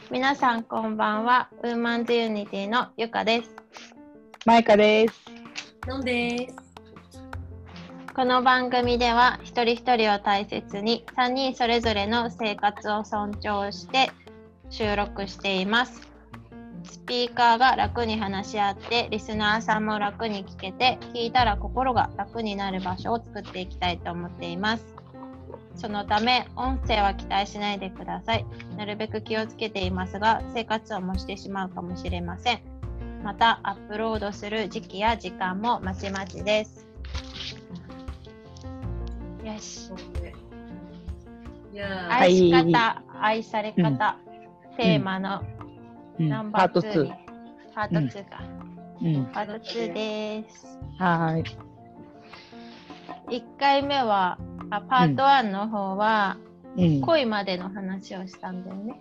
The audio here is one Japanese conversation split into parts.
皆さんこんばんは。ウーマンズユニティのゆかです。 マイカです。 のんです。 この番組では一人一人を大切に3人それぞれの生活を尊重して収録しています。スピーカーが楽に話し合ってリスナーさんも楽に聞けて聞いたら心が楽になる場所を作っていきたいと思っています。そのため音声は期待しないでください。なるべく気をつけていますが生活音もしてしまうかもしれません。またアップロードする時期や時間もまちまちです。よし。愛し方、愛され方、テーマのナンバー2に、パート2か。パート2です。 はい。 1回目はパート1の方は、恋までの話をしたんだよね。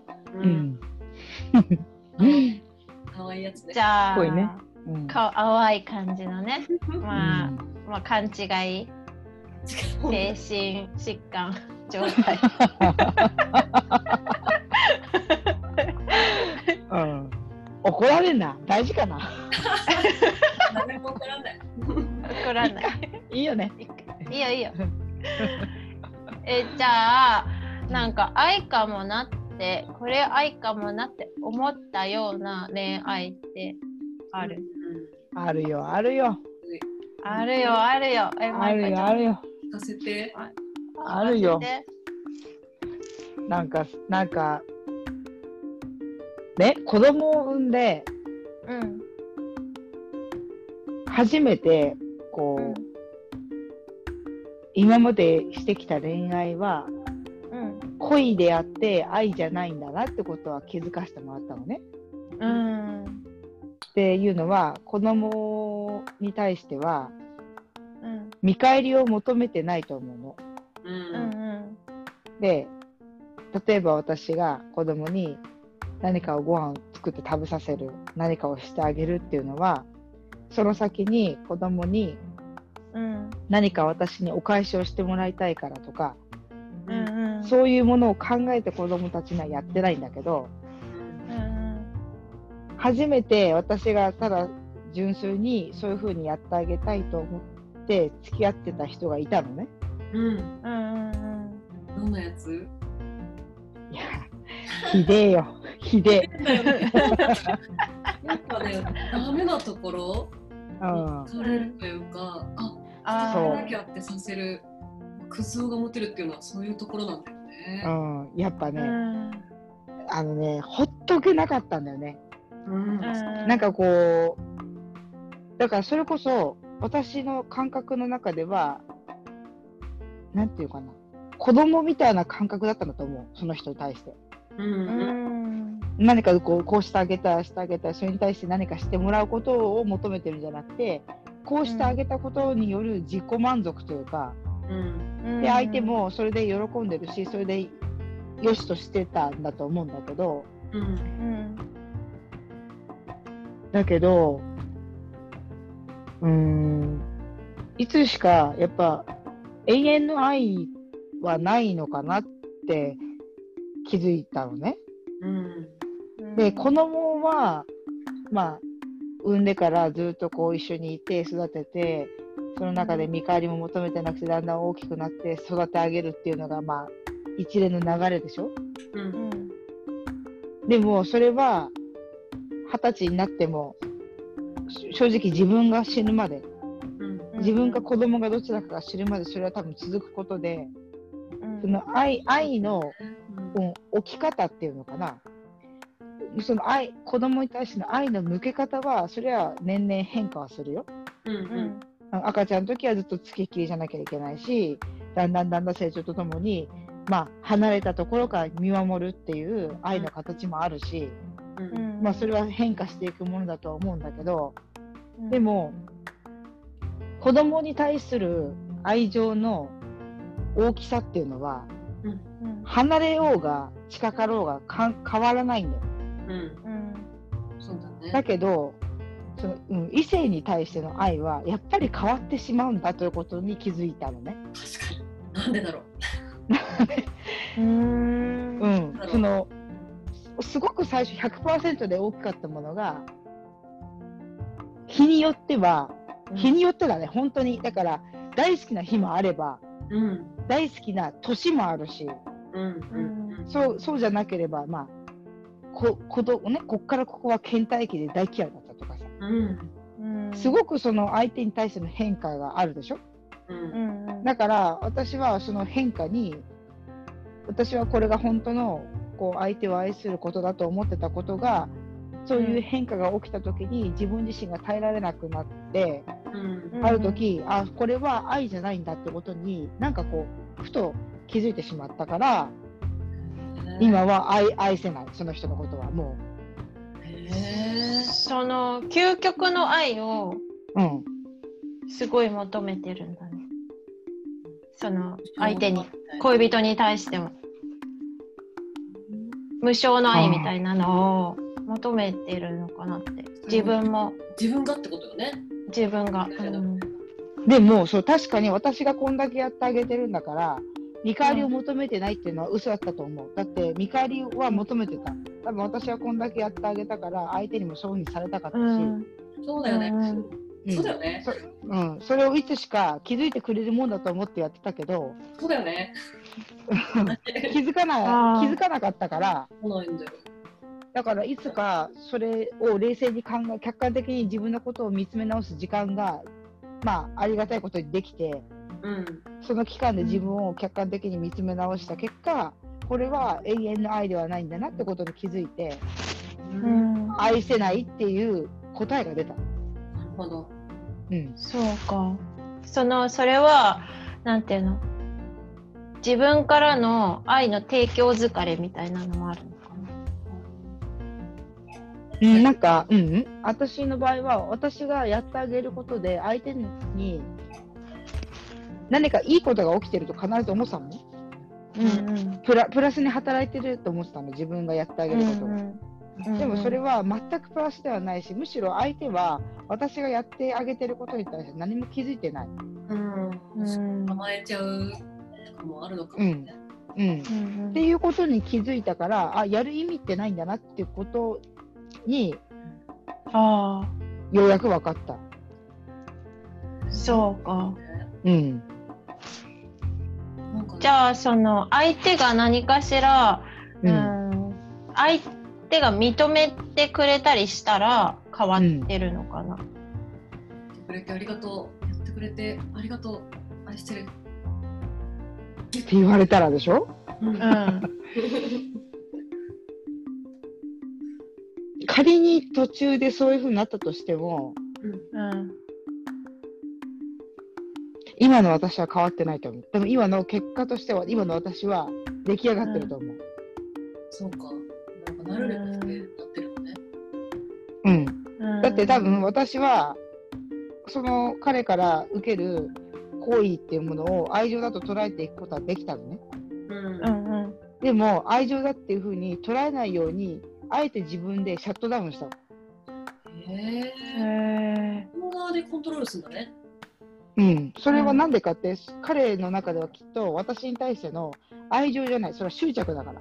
かわいいやつね。 じゃあ、 恋ね。 淡い感じのね、まあ勘違い、精神疾患状態。 怒られんな。大事かな。 誰も怒らない。 怒らない。 いいよね。 いいよいいよ。じゃあなんか愛かもなってこれ愛かもなって思ったような恋愛ってある？ あるよあるよ。 あるよあるよ。 あるよあるよ。 聞かせて。 あるよ。なんかね、子供を産んで、初めてこう、今までしてきた恋愛は、恋であって愛じゃないんだなってことは気づかせてもらったのね。っていうのは子供に対しては、見返りを求めてないと思うの。で、例えば私が子供に何かをご飯を作って食べさせる、何かをしてあげるっていうのは、その先に子供に何か私にお返しをしてもらいたいからとか、そういうものを考えて子供たちにはやってないんだけど、初めて私がただ純粋にそういう風にやってあげたいと思って付き合ってた人がいたのね。 どんなやつ？ いや、ひでえよ、ひでえ。 やっぱね、ダメなところされるというか、そうなきゃってさせるクズが持てるっていうのはそういうところなんだよね。 やっぱね、ほっとけなかったんだよね。なんかこう、だからそれこそ私の感覚の中では、なんていうかな、子供みたいな感覚だったんだと思う、その人に対して。何かこうしてあげたい、してあげたい、それに対して何かしてもらうことを求めてるんじゃなくて、こうしてあげたことによる自己満足というか、で相手もそれで喜んでるし、それでよしとしてたんだと思うんだけど、だけど、いつしかやっぱ永遠の愛はないのかなって気づいたのね。で、子供はまあ産んでからずっとこう一緒にいて育てて、その中で見返りも求めてなくてだんだん大きくなって育て上げるっていうのがまあ一連の流れでしょ。でもそれは20歳になっても正直自分が死ぬまで、自分か子供がどちらかが死ぬまでそれは多分続くことで、その愛の置き方っていうのかな、その子供に対しての愛の向け方はそれは年々変化はするよ。赤ちゃんの時はずっとつきっきりじゃなきゃいけないし、だんだん成長とともに、離れたところから見守るっていう愛の形もあるし、それは変化していくものだとは思うんだけど、でも子供に対する愛情の大きさっていうのは、離れようが近かろうが変わらないんだよ。 そうだね。 だけどその、異性に対しての愛はやっぱり変わってしまうんだということに気づいたのね。 確かに。なんでだろう。 そのすごく最初 100% で大きかったものが、日によっては、日によってだね、本当に。だから大好きな日もあれば、大好きな年もあるし、そうじゃなければ、まあ、こっからここは倦怠期で大嫌いだったとかさ、すごくその相手に対しての変化があるでしょ。だから私はその変化に、私はこれが本当のこう相手を愛することだと思ってたことが、そういう変化が起きた時に自分自身が耐えられなくなって、ある時、あ、これは愛じゃないんだってことになんかこうふと気づいてしまったから、今は愛せない、その人のことはもう。その究極の愛をすごい求めてるんだね。その相手に、恋人に対しても無償の愛みたいなのを求めてるのかなって。自分がってことよね。自分が、 でもそう、確かに私がこんだけやってあげてるんだから見返りを求めてないっていうのは嘘だったと思う。だって見返りは求めてた。多分私はこんだけやってあげたから相手にもそういう風にされたかったし、 そうだよね、そうだよね。 それをいつしか気づいてくれるもんだと思ってやってたけど、 そうだよね。 気づかなかったから。 そうなんだよ。 だからいつかそれを冷静に客観的に自分のことを見つめ直す時間が、まあありがたいことにできて、その期間で自分を客観的に見つめ直した結果、これは永遠の愛ではないんだなってことに気づいて、愛せないっていう答えが出た。 なるほど。 そうか。それはなんていうの、自分からの愛の提供疲れみたいなのもあるのかな。 なんか、私の場合は私がやってあげることで相手に何かいいことが起きてると必ず思ってたのね。プラスに働いてると思ってたの、自分がやってあげることが。でもそれは全くプラスではないし、むしろ相手は私がやってあげてることに対して何も気づいてない。 甘えちゃうとかもあるのかもね。 っていうことに気づいたから、やる意味ってないんだなっていうことにようやく分かった。 そうか。じゃあその相手が何かしら、相手が認めてくれたりしたら変わってるのかな。 やってくれてありがとう、やってくれてありがとう、愛してるって言われたらでしょ。仮に途中でそういう風になったとしても、今の私は変わってないと思う。でも今の結果としては今の私は出来上がってると思う。 そうか。なんかなるレベルでなってるのね。 だって多分私はその彼から受ける行為っていうものを愛情だと捉えていくことはできたのね。でも愛情だっていう風に捉えないようにあえて自分でシャットダウンしたの。 この側でコントロールするんだね。 それはなんでかって、彼の中ではきっと私に対しての愛情じゃない、それは執着だから。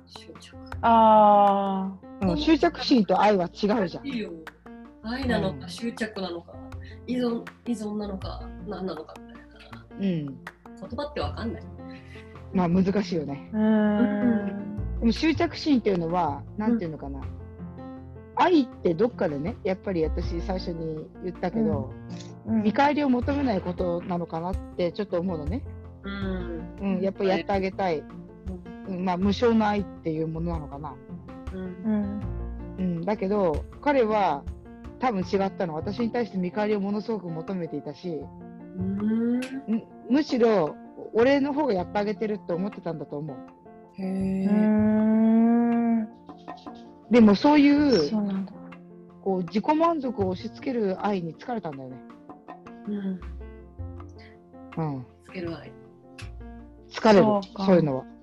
執着心と愛は違うじゃん。 愛なのか執着なのか、依存なのか何なのかみたいな。言葉ってわかんない。 まあ難しいよね。でも執着心っていうのはなんていうのかな、愛ってどっかでね、やっぱり私最初に言ったけど、見返りを求めないことなのかなってちょっと思うのね。やっぱりやってあげたい、まあ無償の愛っていうものなのかな。だけど彼は多分違ったの。私に対して見返りをものすごく求めていたし、むしろ俺の方がやってあげてるって思ってたんだと思う。でもそういうこう自己満足を押し付ける愛に疲れたんだよね。疲れる、そういうのは。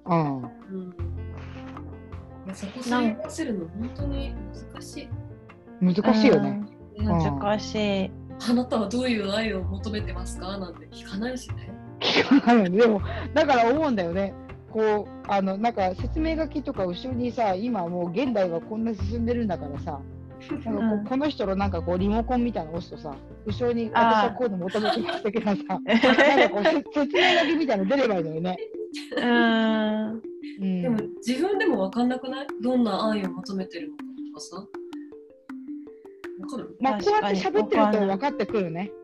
そこさえ合わせるの本当に難しい。 難しいよね。 難しい。 あなたはどういう愛を求めてますかなんて聞かないしね。 聞かないよね。でもだから思うんだよね。 こうなんか説明書きとか後ろにさ、今もう現代はこんな進んでるんだからさ、なんかこの人のなんかこうリモコンみたいなの押すとさ、後ろに私はこういうの求めてます的なさ、なんかこう説明書きみたいなの出ればいいのよね。 でも自分でも分かんなくない？どんな愛を求めてるのかとかさ。分かる？ まあこうやって喋ってると分かってくるね。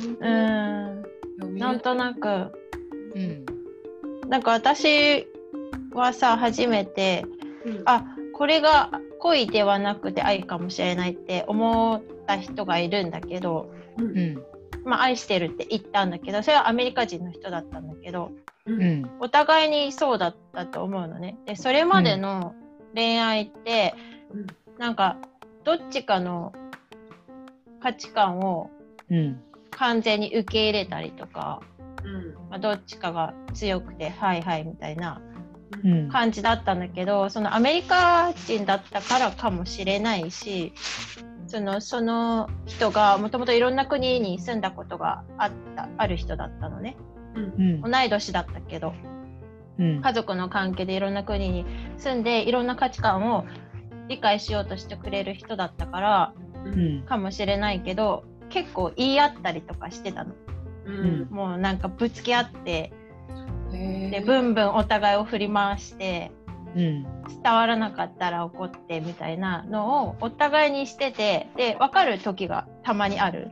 なんとなく。なんか私はさ、初めて、これが恋ではなくて愛かもしれないって思った人がいるんだけど、まあ愛してるって言ったんだけど、それはアメリカ人の人だったんだけど、お互いにそうだったと思うのね。でそれまでの恋愛って、なんかどっちかの価値観を完全に受け入れたりとか、まあ、どっちかが強くてはいはいみたいな感じだったんだけど、そのアメリカ人だったからかもしれないし、その人がもともといろんな国に住んだことがある人だったのね。同い年だったけど、家族の関係でいろんな国に住んでいろんな価値観を理解しようとしてくれる人だったから、かもしれないけど、結構言い合ったりとかしてたの。もうなんかぶつけ合って、でブンブンお互いを振り回して、伝わらなかったら怒ってみたいなのをお互いにしてて、で分かる時がたまにある、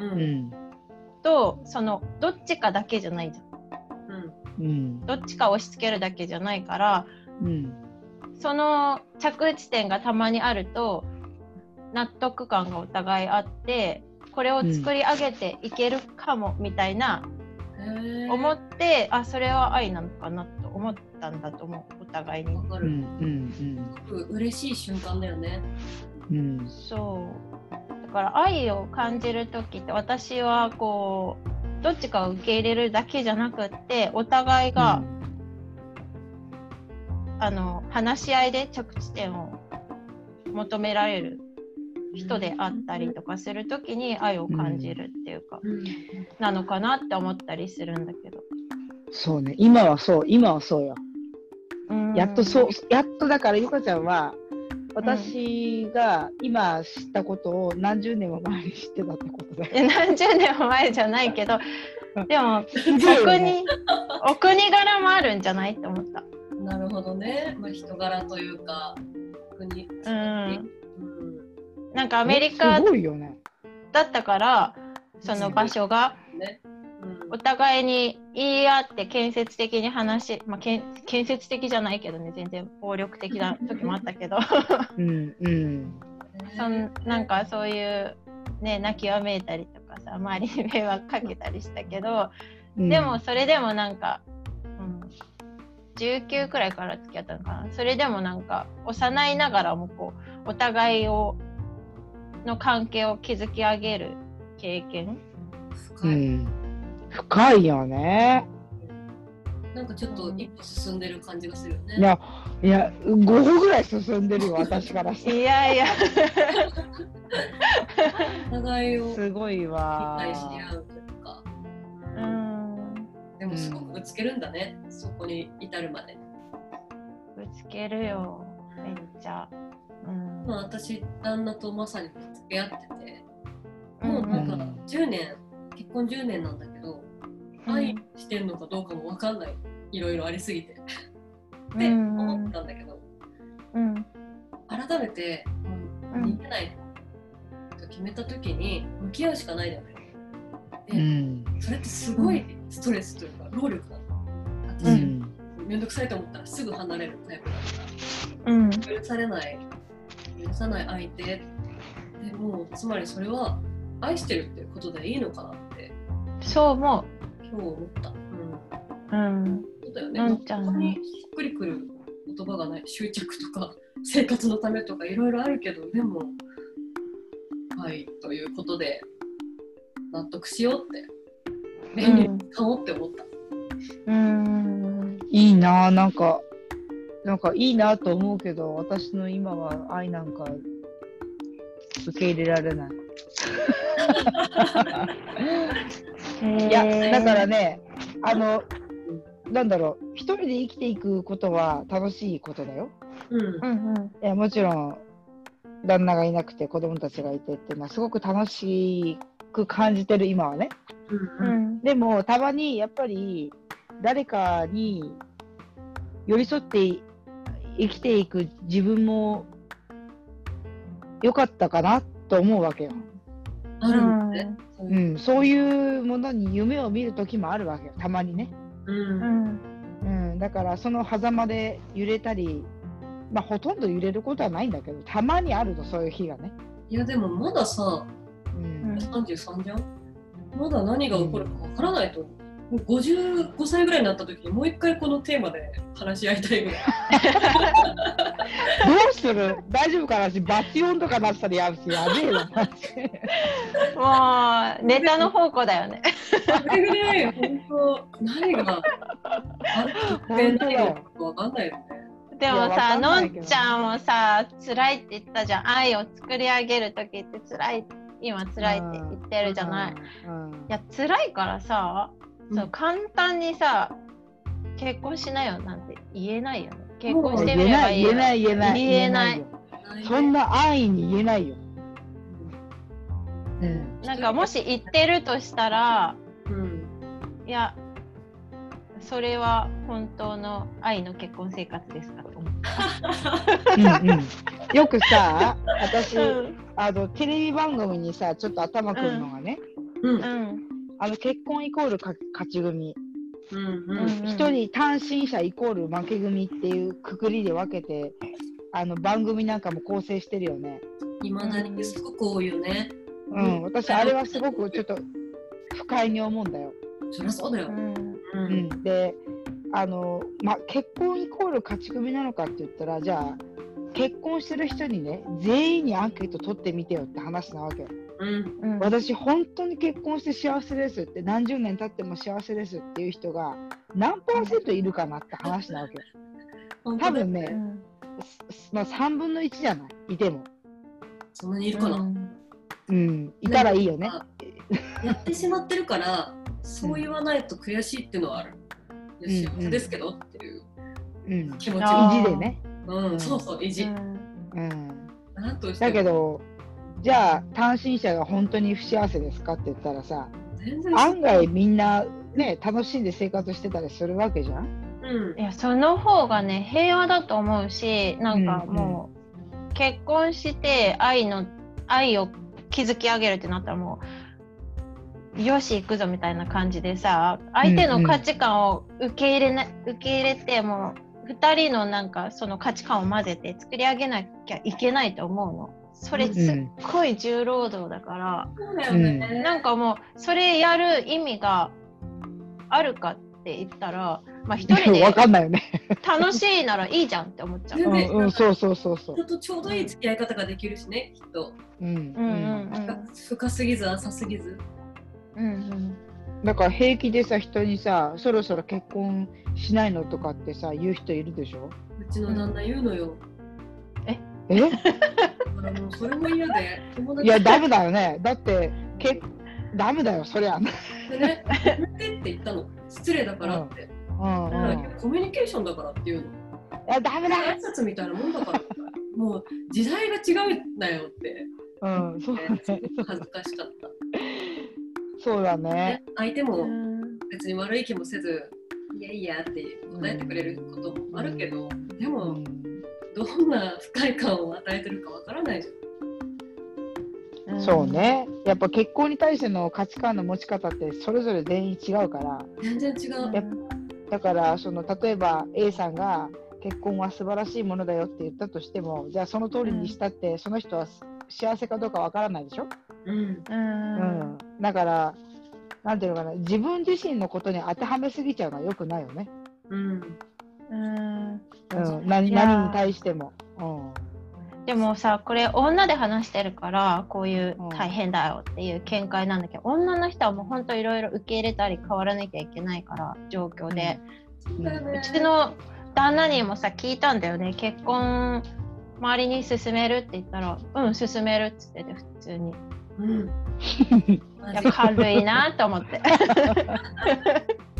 と、そのどっちかだけじゃないじゃん、どっちか押し付けるだけじゃないから、その着地点がたまにあると納得感がお互いあって、これを作り上げていけるかもみたいな、思って、それは愛なのかなと思ったんだと思う、お互いに。 分かる。嬉しい瞬間だよね。 そうだから愛を感じる時って、私はこうどっちかを受け入れるだけじゃなくって、お互いが、話し合いで着地点を求められる人であったりとかするときに愛を感じるっていうか、なのかなって思ったりするんだけど。 そうね、今はそうよ。やっとだからゆかちゃんは私が今知ったことを何十年も前に知ってたってことで。 何十年も前じゃないけど、でもお国柄もあるんじゃないって思った。 なるほどね、まあ、人柄というか国。 なんかアメリカだったから、その場所がお互いに言い合って建設的に建設的じゃないけどね、全然暴力的な時もあったけどなんかそういうね、泣きわめいたりとかさ、周りに迷惑かけたりしたけど、でもそれでもなんか、19くらいから付き合ったのかな。それでもなんか幼いながらもこうお互いの関係を築き上げる経験、 深いよね。 なんかちょっと一歩進んでる感じがするよね。 いや5歩ぐらい進んでるよ私からして。 いやお互いをすごいわ。 理解し合うというか。でもすごくぶつけるんだね、そこに至るまで。 ぶつけるよ、めっちゃ。 私旦那とまさに付き合ってて、もうなんか10年、結婚10年なんだけど、愛してんのかどうかも分かんない、いろいろありすぎてって思ったんだけど、改めて逃げないと決めた時に向き合うしかないだよね。で、それってすごいストレスというか労力だった。私、めんどくさいと思ったらすぐ離れるタイプだから、許さない相手でも、つまりそれは愛してるっていうことでいいのかなってそう思う。 今日思った。そうだよね。 なんちゃんここにしっくりくる言葉がない、執着とか生活のためとかいろいろあるけど、でも愛ということで納得しようって便利に使おうって思った。 いいな、なんかいいなと思うけど、私の今は愛なんか受け入れられない。いやだからね、 なんだろう、一人で生きていくことは楽しいことだよ。いやもちろん旦那がいなくて子供たちがいてっていうのはすごく楽しく感じてる今はね。でもたまにやっぱり誰かに寄り添って生きていく自分も良かったかなと思うわけよ。そういうものに夢を見る時もあるわけよ、たまにね。だからその狭間で揺れたり、まあほとんど揺れることはないんだけど、たまにあるの、そういう日がね。 いやでもまださ、33じゃん。まだ何が起こるかわからないと思う。もう55歳ぐらいになった時にもう一回このテーマで話し合いたいぐらい。 どうする？大丈夫かなし、バチ音とかなったらやべえな。 もうネタの宝庫だよね。 それぐらい本当何が何がわかんないよね。 でもさ、のんちゃんもさ、辛いって言ったじゃん。愛を作り上げる時って今辛いって言ってるじゃない。いや辛いからさ、そう簡単にさ結婚しないよなんて言えないよね。結婚してみればいいよ。言えない。 そんな安易に言えないよ。 なんかもし言ってるとしたら、いやそれは本当の愛の結婚生活ですかと思う。よくさ、私、テレビ番組にさ、ちょっと頭くるのがね、結婚イコール勝ち組、一人単身者イコール負け組っていうくくりで分けて、番組なんかも構成してるよね。 今だにすごく多いよね。 私あれはすごくちょっと不快に思うんだよ。 そりゃそうだよ。 で、結婚イコール勝ち組なのかって言ったら、じゃあ結婚してる人にね、全員にアンケート取ってみてよって話なわけよ。私本当に結婚して幸せですって、何十年経っても幸せですっていう人が何%いるかなって話なわけよ。多分ね、3分の1じゃない、いても。 そんなにいるかな。 いたらいいよね。 やってしまってるからそう言わないと悔しいっていうのはある。幸せですけどっていう気持ち。 意地でね。 そうそう、意地。 だけど、じゃあ単身者が本当に不幸せですかって言ったらさ、案外みんなね楽しんで生活してたりするわけじゃん。 いやその方がね平和だと思うし、なんかもう、結婚して愛を築き上げるってなったらもうよし行くぞみたいな感じでさ、相手の価値観を受け入れて、もう2人のなんかその価値観を混ぜて作り上げなきゃいけないと思うの。それすっごい重労働だから、なんかもうそれやる意味があるかって言ったら、一人で楽しいならいいじゃんって思っちゃう。 そう。 ちょうどいい付き合い方ができるしね、きっと。深すぎず浅すぎず。 だから平気でさ、人にさ、そろそろ結婚しないのとかってさ言う人いるでしょ。 うちの旦那言うのよ。もうそれも嫌で。 いやダメだよね。だってダメだよそりゃ。 でね、やめてって言ったの。失礼だからって。コミュニケーションだからっていうの。 いやダメだ。 挨拶みたいなもんだから。もう時代が違うんだよって。 そうだね。 恥ずかしかった。 そうだね。 相手も別に悪い気もせず、いやいやって答えてくれることもあるけど、でもどんな不快感を与えてるかわからないじゃん。そうね。やっぱ結婚に対しての価値観の持ち方ってそれぞれ全員違うから。 全然違う。 だから例えば A さんが結婚は素晴らしいものだよって言ったとしても、じゃあその通りにしたって、その人は幸せかどうかわからないでしょ。だからなんていうのかな、自分自身のことに当てはめすぎちゃうのは良くないよね。何に対しても。 でもさ、これ女で話してるからこういう大変だよっていう見解なんだけど、女の人はもうほんといろいろ受け入れたり変わらなきゃいけないから状況で、うちの旦那にもさ聞いたんだよね。結婚周りに勧めるって言ったら、勧めるって言ってて、普通に。やっぱ軽いなと思って。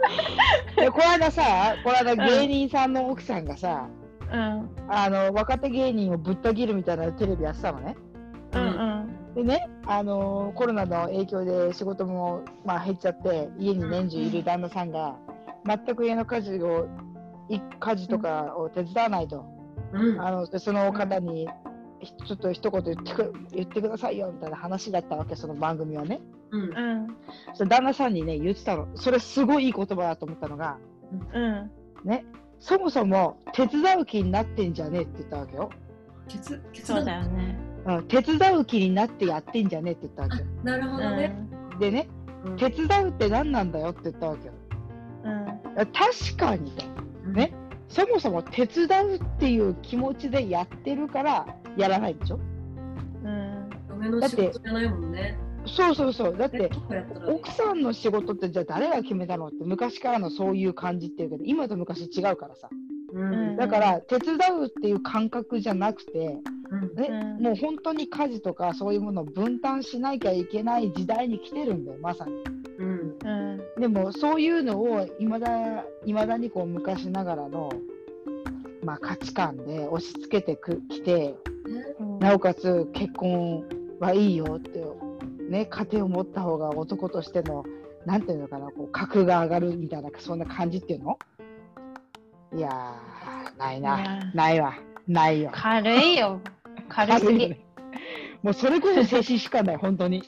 でこの間芸人さんの奥さんがさ、若手芸人をぶった切るみたいなテレビやってたのね。でね、コロナの影響で仕事も、減っちゃって家に年中いる旦那さんが全く家の家事とかを手伝わないと、その方にちょっと一言言ってくださいよみたいな話だったわけ、その番組はね。そ旦那さんにね言ってたの、それすごいいい言葉だと思ったのが、ね、そもそも手伝う気になってんじゃねえって言ったわけよ。 そうだよね。 手伝う気になってやってんじゃねえって言ったわけよ。 なるほどね。 でね、手伝うって何なんだよって言ったわけよ。確かにと、ね、そもそも手伝うっていう気持ちでやってるからやらないでしょ。 嫁の仕事じゃないもんね。 そうだって奥さんの仕事ってじゃあ誰が決めたのって昔からのそういう感じっていうけど、今と昔違うからさ、だから手伝うっていう感覚じゃなくて、もう本当に家事とかそういうものを分担しなきゃいけない時代に来てるんだよ、まさに。でもそういうのをいまだにこう昔ながらの、価値観で押し付けてきて、なおかつ結婚はいいよってね、家庭を持った方が男としてのなんていうのかな、こう格が上がるみたいな、そんな感じっていうの。いやー、ないよ。 軽いよ、軽すぎ。 もうそれこそ精神疾患だよ、本当に。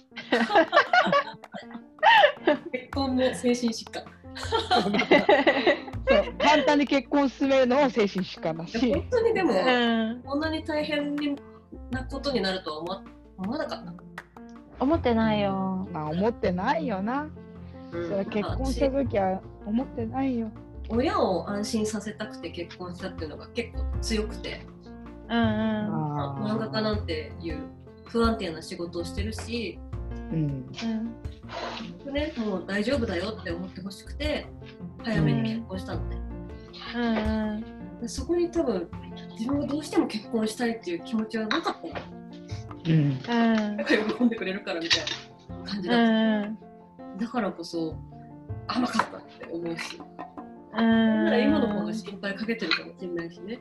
結婚も精神疾患。 そう簡単に結婚進めるのは精神疾患だし。 本当にでも、こんなに大変なことになるとは思わなかった。 思ってないよ。 思ってないよな。それ結婚した時は思ってないよ。 親を安心させたくて結婚したっていうのが結構強くて、漫画家なんていう不安定な仕事をしてるし、もう大丈夫だよって思ってほしくて早めに結婚したのね。でそこに多分自分がどうしても結婚したいっていう気持ちはなかったの。喜んでくれるからみたいな感じだった。だからこそ甘かったって思うし、今の方が心配かけてるかもしれないしね。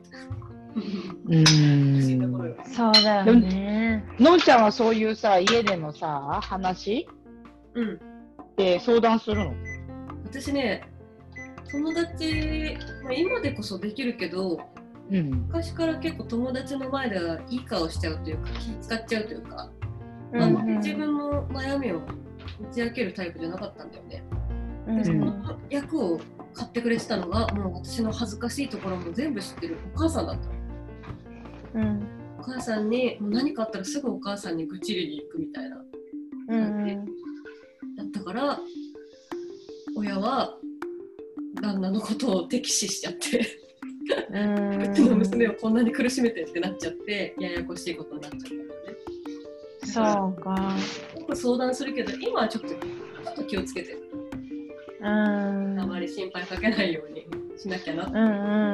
そうだよね。 のんちゃんはそういうさ、家でのさ話で相談するの？ 私ね、友達、今でこそできるけど、昔から結構友達の前ではいい顔しちゃうというか、気使っちゃうというか、自分の悩みを打ち明けるタイプじゃなかったんだよね。でその役を買ってくれてたのが、もう私の恥ずかしいところも全部知ってるお母さんだったの。お母さんにもう何かあったらすぐお母さんに愚痴りに行くみたいな感じだったから、親は旦那のことを敵視しちゃってうちの娘をこんなに苦しめてってなっちゃって、ややこしいことになっちゃったからね。 そうか。 よく相談するけど、今はちょっと気をつけてる。あまり心配かけないようにしなきゃなって。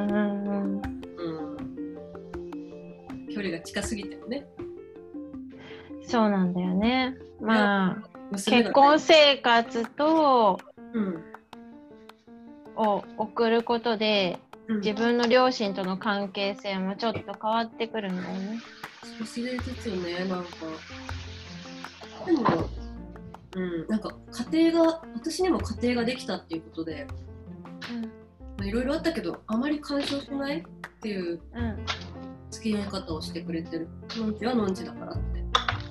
距離が近すぎてもね。 そうなんだよね。結婚生活と、を送ることで、自分の両親との関係性もちょっと変わってくるんだよね。 少しずつよね、なんか。でも、なんか家庭が、私にも家庭ができたっていうことで、いろいろあったけど、あまり干渉しないっていう付き合い方をしてくれてる。のんちはのんちだからって。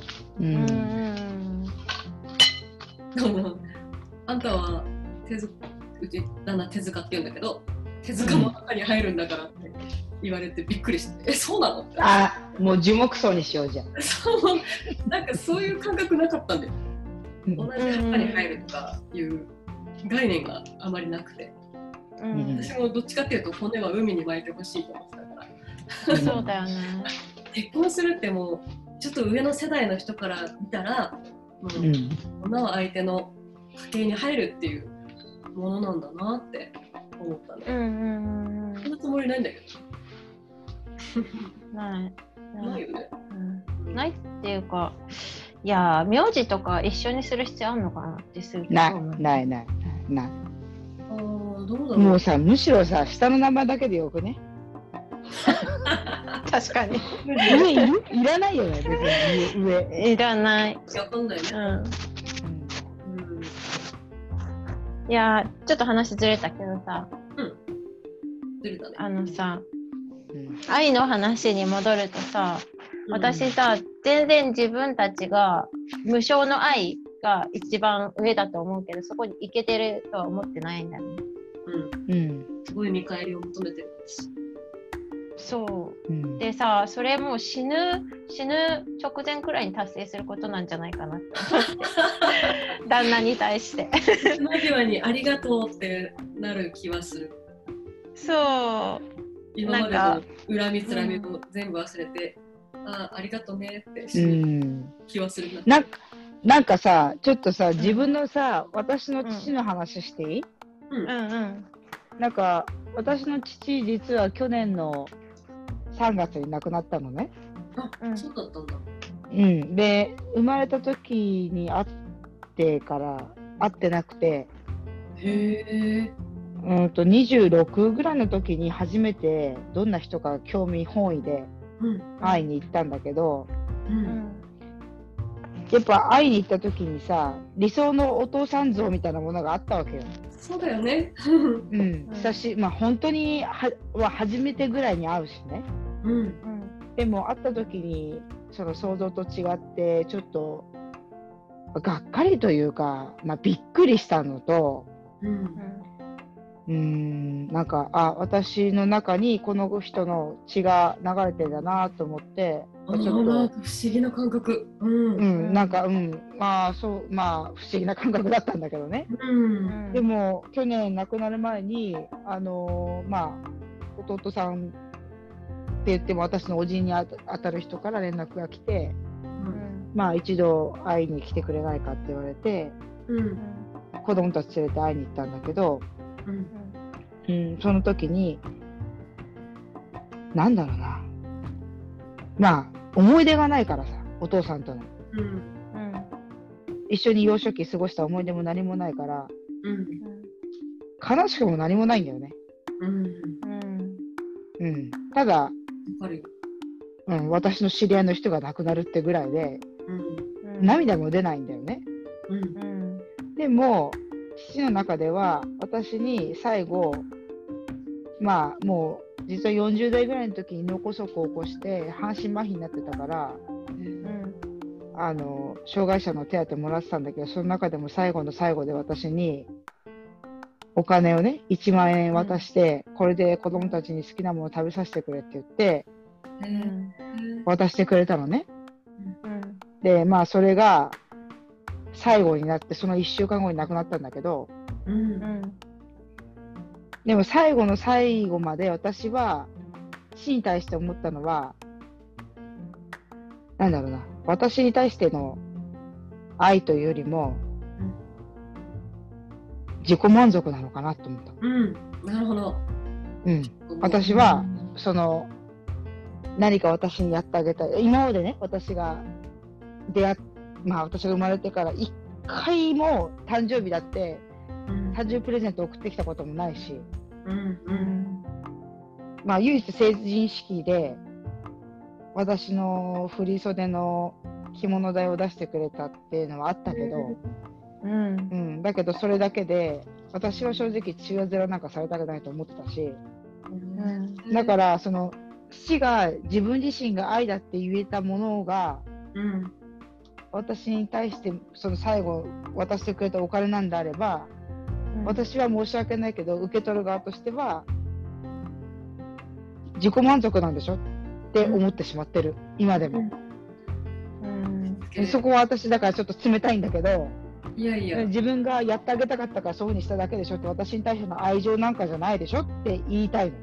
あんたはうち旦那手塚って言うんだけど、手塚の中に入るんだからって言われてびっくりして、そうなのって。 もう樹木葬にしようじゃん。 なんかそういう感覚なかったんだよ。同じ墓に入るとかいう概念があまりなくて、私もどっちかっていうと骨は海に巻いてほしいと思ってたから。 そうだよね。 結婚するってもうちょっと上の世代の人から見たら、女は相手の家庭に入るっていうものなんだなって思ったね。そんなつもりないんだけど。ないよね。 ないっていうか、いや名字とか一緒にする必要あるのかなってすると思う。 あどうだろう。 もうさ、むしろさ、下の名前だけでよくね。 確かに。 上いらないよね、別に上。 いらない。 わかんないね。 いやちょっと話ずれたけどさ、 ずれたね。 さ、愛の話に戻るとさ、私さ、全然自分たちが無償の愛が一番上だと思うけど、そこに行けてるとは思ってないんだよね。 すごい見返りを求めてるし。 そう、でさ、それもう死ぬ直前くらいに達成することなんじゃないかなって旦那に対して間際にありがとうってなる気はする。 そう、 今までの恨みつらみを全部忘れて、ありがとうねって死ぬ気はするな。 なんかさ、ちょっとさ、自分のさ、私の父の話していい？なんか私の父、実は去年の3月に亡くなったのね。 そうだったんだ。 で、生まれた時に会ってから会ってなくて、26ぐらいの時に初めてどんな人か興味本位で会いに行ったんだけど、やっぱ会いに行った時にさ、理想のお父さん像みたいなものがあったわけよ。 そうだよね。 本当に初めてぐらいに会うしね。でも会った時にその想像と違ってちょっとがっかりというか、びっくりしたのと、なんか私の中にこの人の血が流れてるんだなと思って、 ちょっと不思議な感覚。 なんか不思議な感覚だったんだけどね。でも去年亡くなる前に弟さんって言っても私のおじにあたる人から連絡が来て、一度会いに来てくれないかって言われて、子供たち連れて会いに行ったんだけど、その時になんだろうな、思い出がないからさ、お父さんとの、一緒に幼少期過ごした思い出も何もないから、悲しくも何もないんだよね。ただ、私の知り合いの人が亡くなるってぐらいで、涙も出ないんだよね。でも父の中では私に最後、もう実は40代ぐらいの時に脳梗塞を起こして半身麻痺になってたから、障害者の手当もらってたんだけど、その中でも最後の最後で私にお金をね、1万円渡して、これで子供たちに好きなものを食べさせてくれって言って渡してくれたのね。でそれが最後になって、その1週間後に亡くなったんだけど、でも最後の最後まで私は死に対して思ったのは、なんだろうな、私に対しての愛というよりも、自己満足なのかなと思った。 なるほど。 私はその何か私にやってあげたい。今までね、私が私が生まれてから1回も誕生日だって誕生日プレゼント送ってきたこともないし、唯一成人式で私の振り袖の着物代を出してくれたっていうのはあったけど、だけどそれだけで私は正直父親面なんかされたくないと思ってたし、だからその父が自分自身が愛だって言えたものが、私に対してその最後渡してくれたお金なんであれば、私は申し訳ないけど受け取る側としては自己満足なんでしょって思ってしまってる、今でも。そこは私だからちょっと冷たいんだけど、自分がやってあげたかったからそういう風にしただけでしょって、私に対しての愛情なんかじゃないでしょって言いたいの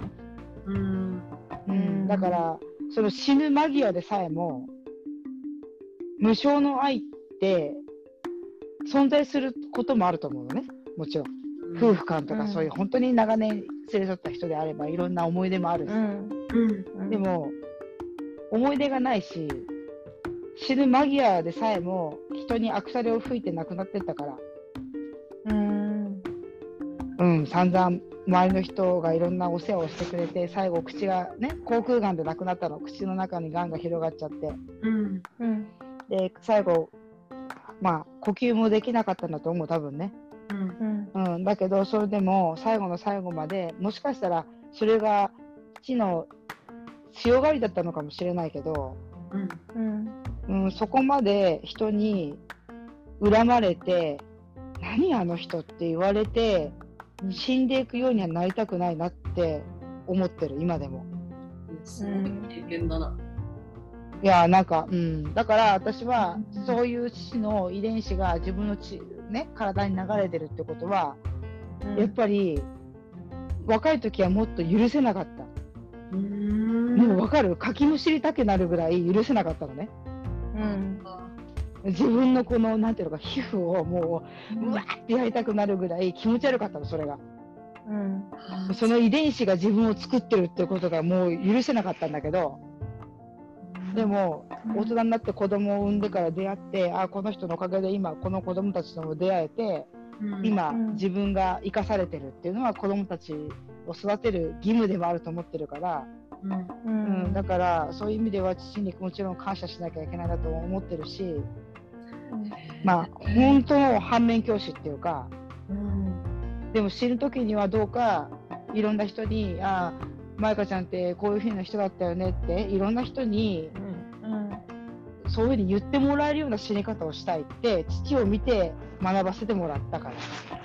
ね。だからその死ぬ間際でさえも無償の愛って存在することもあると思うのね。もちろん夫婦間とかそういう本当に長年連れ添った人であればいろんな思い出もあるし、でも思い出がないし、死ぬ間際でさえも人に悪されを吹いて亡くなってったから、 散々周りの人がいろんなお世話をしてくれて、最後口がね、口腔がんで亡くなったの。口の中にがんが広がっちゃって、で最後呼吸もできなかったんだと思う、多分ね。だけどそれでも最後の最後まで、もしかしたらそれが父の強がりだったのかもしれないけど、そこまで人に恨まれて、何あの人って言われて死んでいくようにはなりたくないなって思ってる、今でも。 すごい経験だな。 いや、だから私はそういう父の遺伝子が自分の体に流れてるってことは、やっぱり若い時はもっと許せなかった。もう分かる、かきむしりたくなるぐらい許せなかったのね。自分のこのなんていうのか、皮膚をもううわーってやりたくなるぐらい気持ち悪かったの、それが。その遺伝子が自分を作ってるってことがもう許せなかったんだけど、でも大人になって子供を産んでから出会って、この人のおかげで今この子供たちとも出会えて、今自分が生かされてるっていうのは子供たちを育てる義務でもあると思ってるから、だからそういう意味では父にもちろん感謝しなきゃいけないなと思ってるし、本当の反面教師っていうか、でも死ぬ時にはどうかいろんな人にまゆかちゃんってこういう風な人だったよねっていろんな人に、そういう風に言ってもらえるような死に方をしたいって父を見て学ばせてもらったから。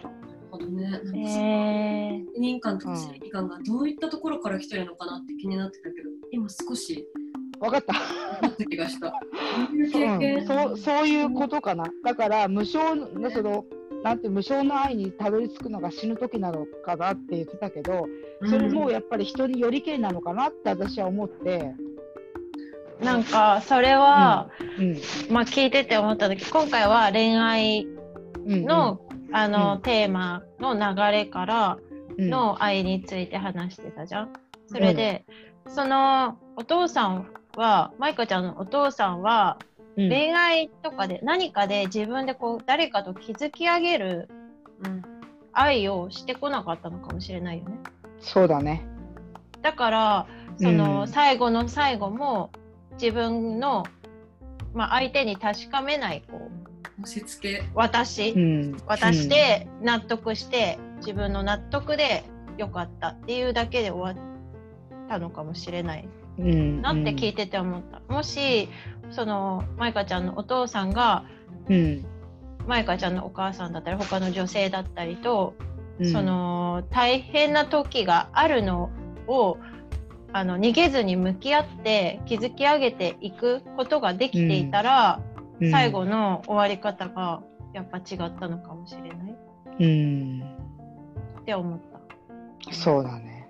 責任感と正義感がどういったところから来てるのかなって気になってたけど、今少し分かった。 分かった気がした。 そういうことかな。だから無償の愛にたどり着くのが死ぬ時なのかなって言ってたけど、それもやっぱり人によりけりなのかなって私は思って、 なんかそれは、聞いてて思った時、今回は恋愛の、テーマの流れからの愛について話してたじゃん。それで、そのお父さんは、まゆかちゃんのお父さんは、恋愛とかで何かで自分でこう誰かと築き上げる、愛をしてこなかったのかもしれないよね。 そうだね。 だからその最後の最後も自分の、相手に確かめないこう押し付け渡して納得して自分の納得でよかったっていうだけで終わったのかもしれないなって聞いてて思った。もしそのまゆかちゃんのお父さんが、まゆかちゃんのお母さんだったり他の女性だったりと、その大変な時があるのを逃げずに向き合って築き上げていくことができていたら、最後の終わり方がやっぱ違ったのかもしれない、って思った。 そうだね。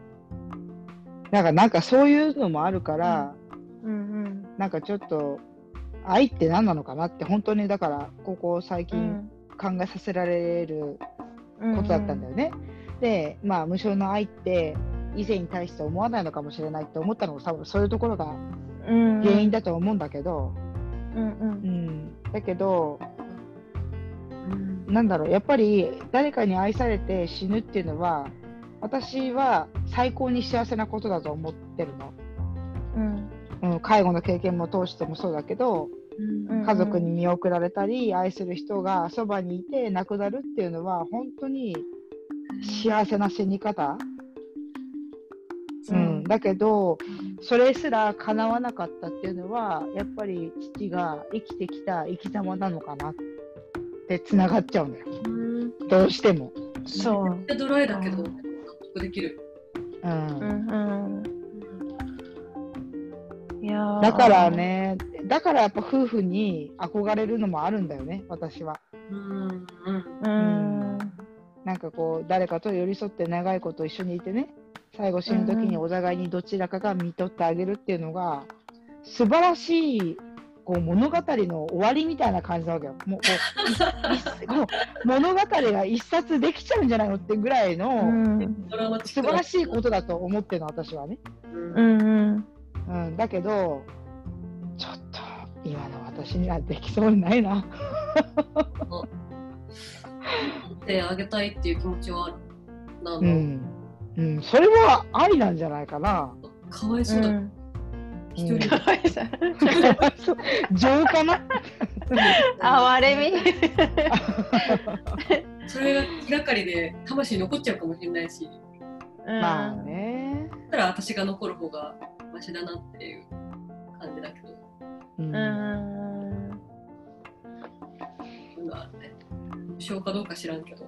なんかそういうのもあるから、なんかちょっと愛って何なのかなって本当にだからここ最近考えさせられることだったんだよね。で無償の愛って以前に対して思わないのかもしれないって思ったのも多分そういうところが原因だと思うんだけど、だけど、やっぱり誰かに愛されて死ぬっていうのは私は最高に幸せなことだと思ってるの。介護の経験も通してもそうだけど、家族に見送られたり愛する人がそばにいて亡くなるっていうのは本当に幸せな死に方、だけどそれすら叶わなかったっていうのはやっぱり父が生きてきた生き様なのかなってつながっちゃうんだよ、どうしても。 そうドライだけど納得できる。 だからね、だからやっぱ夫婦に憧れるのもあるんだよね、私は。なんかこう誰かと寄り添って長いこと一緒にいてね、最後死ぬ時にお互いにどちらかが見とってあげるっていうのが素晴らしいこう物語の終わりみたいな感じなわけよ。もう物語が一冊できちゃうんじゃないのってぐらいの素晴らしいことだと思ってるの、私はね。だけどちょっと今の私にはできそうにないな。 ってあげたいっていう気持ちはある。 なんだ、それは愛なんじゃないかな。 かわいそうだ。一人かわいそう。 情かな。 哀れみ。 それが気がかりで魂残っちゃうかもしれないし。 まあね。 だったら私が残る方がマシだなっていう感じだけど。無償かどうか知らんけど。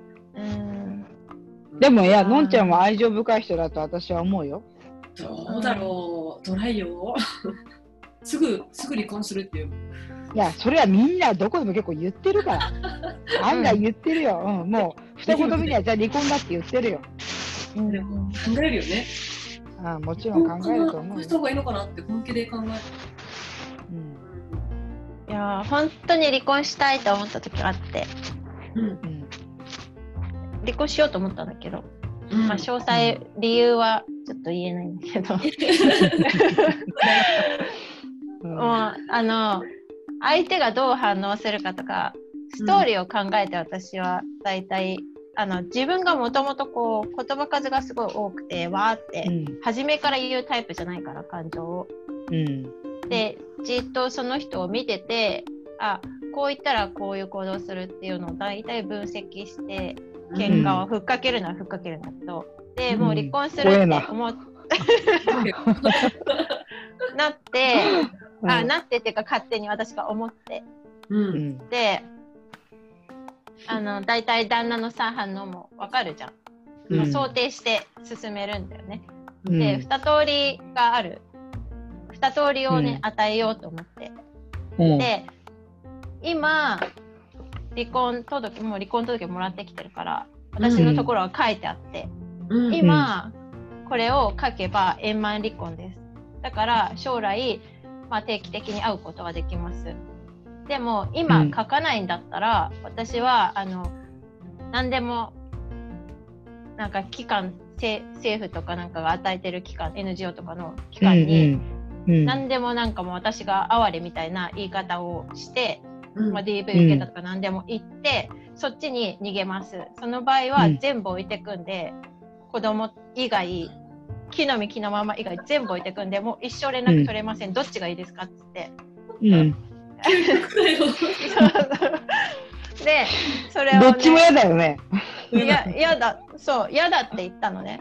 でもいや、のんちゃんは愛情深い人だと私は思うよ。 どうだろう、ドライよ。すぐ離婚するっていう。 いや、それはみんなどこでも結構言ってるから。案外言ってるよ。もう二言目にはじゃあ離婚だって言ってるよ。 でも考えるよね。 もちろん考えると思う。 こうした方がいいのかなって本気で考える。 いや本当に離婚したいと思った時があって、離婚しようと思ったんだけど、まあ、詳細、理由はちょっと言えないんだけどもう相手がどう反応するかとかストーリーを考えて私はだいたい自分がもともとこう言葉数がすごい多くてわーって初めから言うタイプじゃないから感情を、でじっとその人を見ててこう言ったらこういう行動するっていうのをだいたい分析して喧嘩をふっかけるのはふっかけるんだけど、でもう離婚するって思ってなってっていうか勝手に私が思って、でだいたい旦那のさ反応もわかるじゃん、もう想定して進めるんだよね、で2通りがある2通りをね、与えようと思って、で今離婚届もらってきてるから私のところは書いてあって、今これを書けば円満離婚です。だから将来、定期的に会うことはできます。でも今書かないんだったら、私は何でもなんか機関政府とかなんかが与えてる機関 NGO とかの機関に、何でもなんかもう私が哀れみたいな言い方をして、DV 受けたとか何でも言って、そっちに逃げます。その場合は全部置いてくんで、子供以外木の実木のまま以外全部置いてくんで、もう一生連絡取れません、どっちがいいですかっつって、でそれを、ね、 どっちも嫌だよね。 やだって言ったのね。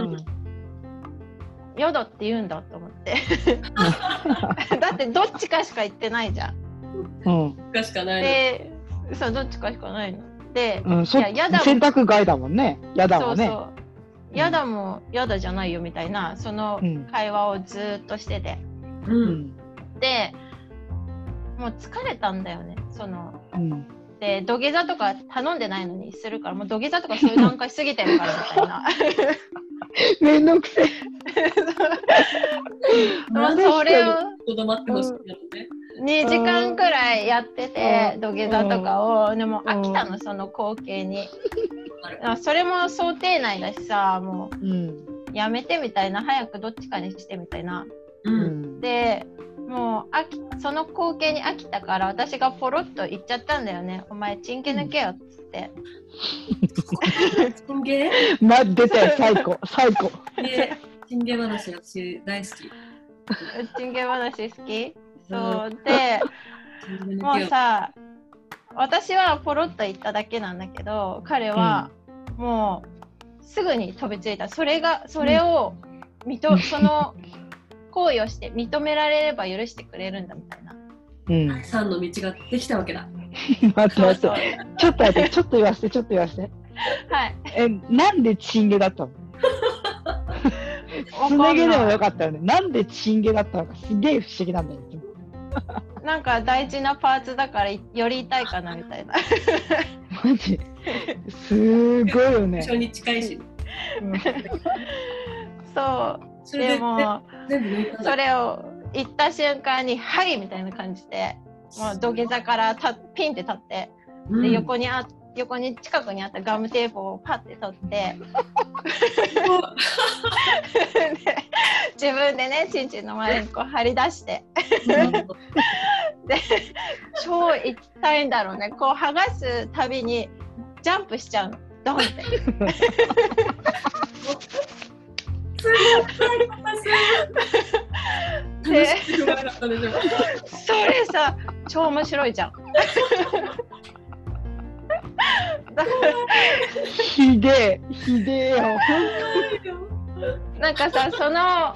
やだって言うんだと思ってだってどっちかしか言ってないじゃん。 しかないで、そうどっちかしかないので、 やだ選択外だもんね。やだもんね。 そうやだもやだじゃないよみたいなその会話をずっとしてて、でもう疲れたんだよね。で土下座とか頼んでないのにするから、もう土下座とかそういう段階過ぎてるからみたいなめんどくせえそれをとどまってほしいのね。 2時間くらいやってて土下座とかを、でも飽きたのその光景にそれも想定内だしさ、もう、やめてみたいな、早くどっちかにしてみたいな、でもうその光景に飽きたから私がポロッと言っちゃったんだよね。お前チンゲ抜けよっつってチンゲ出たよ最高チンゲ話私大好き。 チンゲ話好き。そうでもうさ、私はポロッと言っただけなんだけど、彼はもうすぐに飛びついた。それをその行為をして認められれば許してくれるんだみたいな、 愛さんの道ができたわけだ。 待ってちょっと待って、ちょっと言わせてはい。 なんでチンゲだったの？すね毛でもよかったよね。なんでチンゲだったのかすげえ不思議なんだよ。 なんか大事なパーツだからより痛いかなみたいなマジすごいよね。 一緒に近いし、 そうでもそれを言った瞬間にはいみたいな感じでもう土下座からピンって立って、で横に近くにあったガムテープをパッて取ってで自分でねチンチンの前にこう張り出してで超痛いんだろうね。こう剥がすたびにジャンプしちゃうの。 ドンって。でそれさ超面白いじゃん。 ひでえよ。 なんかさそ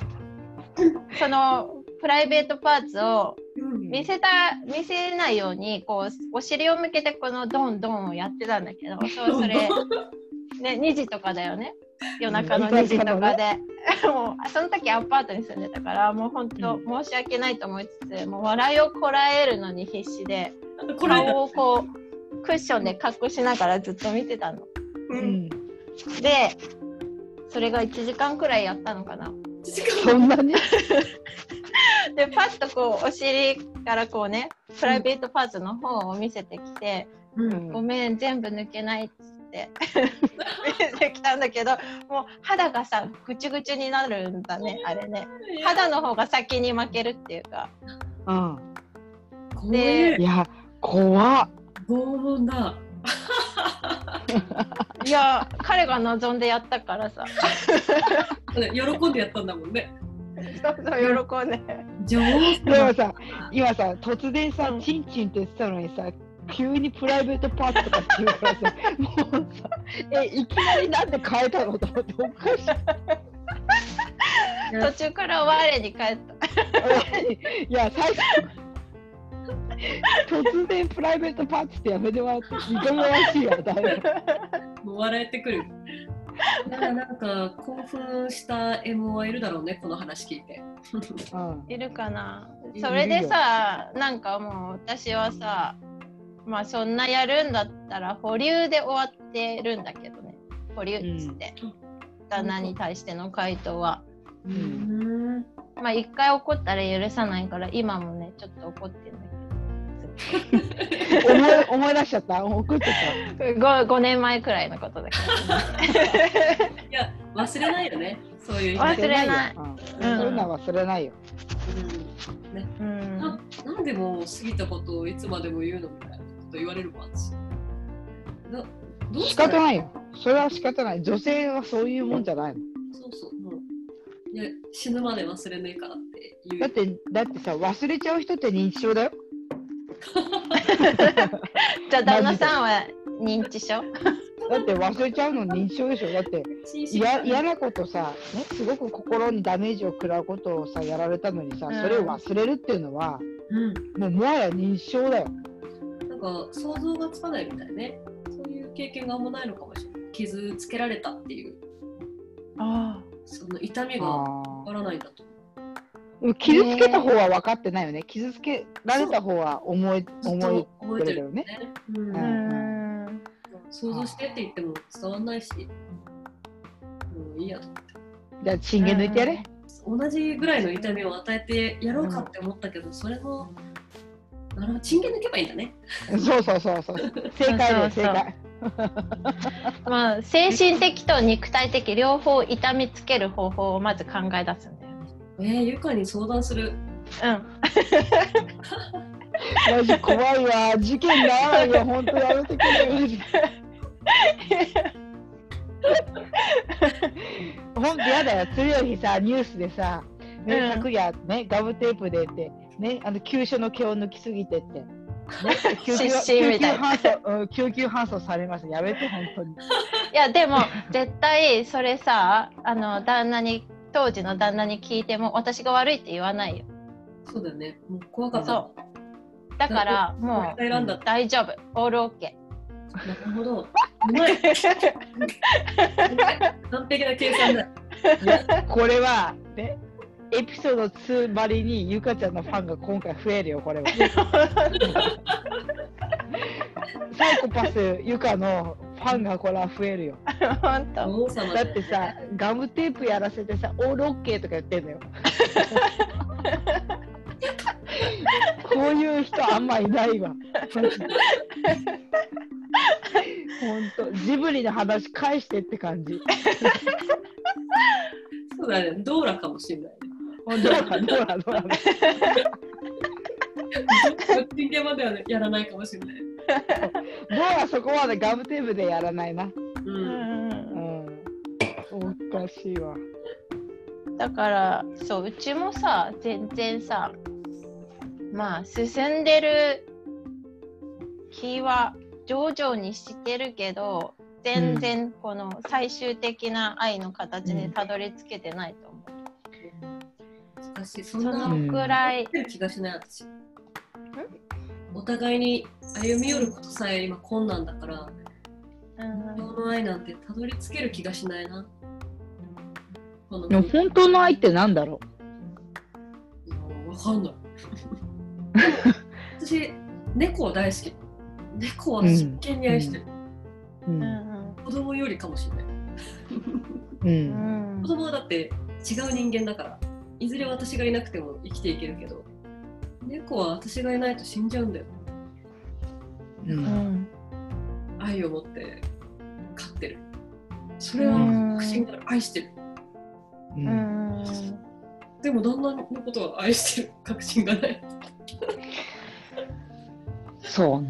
のプライベートパーツを見せないようにこうお尻を向けてこのドンドンをやってたんだけど、それね2時とかだよね、夜中の2時とかでもうその時アパートに住んでたからもう本当申し訳ないと思いつつもう笑いをこらえるのに必死で顔をこうクッションで隠しながらずっと見てたの、でそれが1時間くらいやったのかな。 そんなにでパッとこうお尻からこうねプライベートパーツの方を見せてきて、ごめん全部抜けないっつって見せてきたんだけど、もう肌がさぐちゅぐちゅになるんだねあれね。肌の方が先に負けるっていうか。 でいや怖っ。 拷問だ。 いや彼が望んでやったからさ喜んでやったんだもんね。 そう喜んで。 でもさ今さ突然さチンチンって言ってたのにさ急にプライベートパーツとかって言うからさもうさいきなりなんで変えたのと思っておかしい。 途中から我に返った。 いや最初突然プライベートパーツってやめてもらっていかがわしいやだよ。 もう笑えてくる。だからなんか興奮したエモはいるだろうねこの話聞いて。 いるかな。それでさなんかもう私はさまあそんなやるんだったら保留で終わってるんだけどね。保留っつって、旦那に対しての回答は。まあ一回怒ったら許さないから今もねちょっと怒ってるんだけど。 思い出しちゃった。怒っちゃった。 5年前くらいのことだけど。いや忘れないよね。そういう忘れない。 そういうのは忘れないよ。 なんでも過ぎたことをいつまでも言うのみたいなこと言われるわ。 仕方ないよ。それは仕方ない。女性はそういうもんじゃないの。 そうもういや死ぬまで忘れねえからって言う。だってさ忘れちゃう人って認知症だよ。 じゃあ旦那さんは認知症？ だって忘れちゃうの認知症でしょ。だって嫌なことさ、ね、すごく心にダメージを食らうことをさやられたのにさ、それを忘れるっていうのは、もはや認知症だよ。 なんか想像がつかないみたいね。そういう経験があんまないのかもしれない。傷つけられたっていうその痛みがわからないんだと。 傷つけた方は分かってないよね。傷つけられた方は覚えてるよね。 想像してって言っても伝わんないし、もういいやと思って。 じゃあチンゲ抜いてやれ。 同じぐらいの痛みを与えてやろうかって思ったけど、それもチンゲ抜けばいいんだね。 そう正解だよ正解。 まあ精神的と肉体的両方痛みつける方法をまず考え出すんだよね。 ゆかに相談する。 マジ怖いわ。事件ないよ。本当やめてくれ。本当やだよ。次の日さニュースでさ、昨夜ねガムテープでってね急所の毛を抜きすぎてって。救急搬送されます。やめて本当に。いやでも絶対それさ当時の旦那に聞いても私が悪いって言わないよ。 そうだよね。もう怖かった。 だからもう大丈夫。オールオッケー。なるほど。うまい。完璧な計算だ。 いやこれはね。エピソード2ばりにゆかちゃんのファンが今回増えるよこれは。サイコパスゆかのファンがこれは増えるよ。 本当。 だってさガムテープやらせてさオールオッケーとか言ってんのよ。こういう人あんまいないわ。本当ジブリの話返してって感じ。 そうだね。ドーラかもしれない。 ドーラ。 人間までは、ね、やらないかもしれない。 ドーラそこまでガムテープでやらないな。 おかしいわ。 だからそう、うちもさ全然さ、まあ進んでる気は徐々にしてるけど、全然この最終的な愛の形にたどり着けてないと思う。 難しい。そんなくらい気がしない私。お互いに歩み寄ることさえ今困難だから、本当の愛なんてたどり着ける気がしないな。 でも本当の愛ってなんだろう。わかんない。私猫大好き。猫は真剣に愛してる。子供よりかもしれない。子供はだって違う人間だから、いずれ私がいなくても生きていけるけど、猫は私がいないと死んじゃうんだよ。愛を持って飼ってる。それは確信が愛してる。でも旦那のことは愛してる確信がない。 そう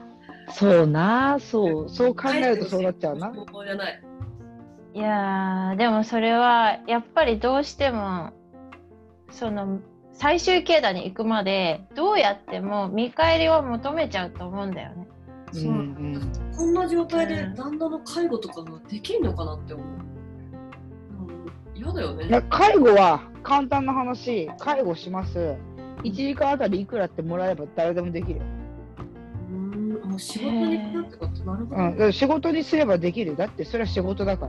考えるとそうなっちゃうな。 いやでもそれはやっぱりどうしてもその最終形態に行くまでどうやっても見返りを求めちゃうと思うんだよね。 こんな状態で旦那の介護とかができるのかなって思う。嫌だよね。 いや、介護は簡単な話、介護します。1時間あたりいくらってもらえば誰でもできる。 もう仕事にするってこと？なるほど。 仕事にすればできる。だってそれは仕事だから。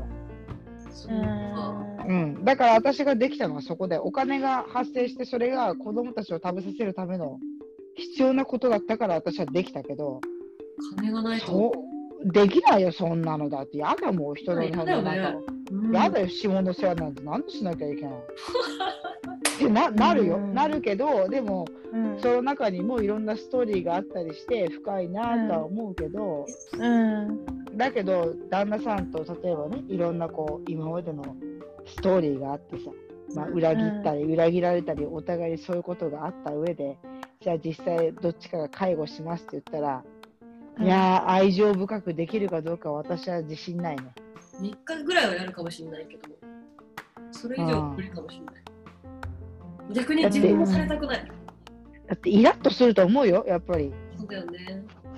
だから私ができたのはそこで、お金が発生してそれが子供たちを食べさせるための必要なことだったから私はできたけど、 金がないとできないよそんなの。だってやだもん、人のためなんかやだよ、下の世話なんて何でしなきゃいけないってなるよ、なるけど、でも、その中にもいろんなストーリーがあったりして深いなとは思うけど、だけど旦那さんと例えばね、いろんなこう今までのストーリーがあってさ、裏切ったり裏切られたりお互いにそういうことがあった上で、じゃあ実際どっちかが介護しますって言ったら、いや愛情深くできるかどうか私は自信ないね。 3日ぐらいはやるかもしれないけど、それ以上無理かもしれない。逆に自分もされたくない。 だってイラッとすると思うよ、やっぱり。 そうだよね。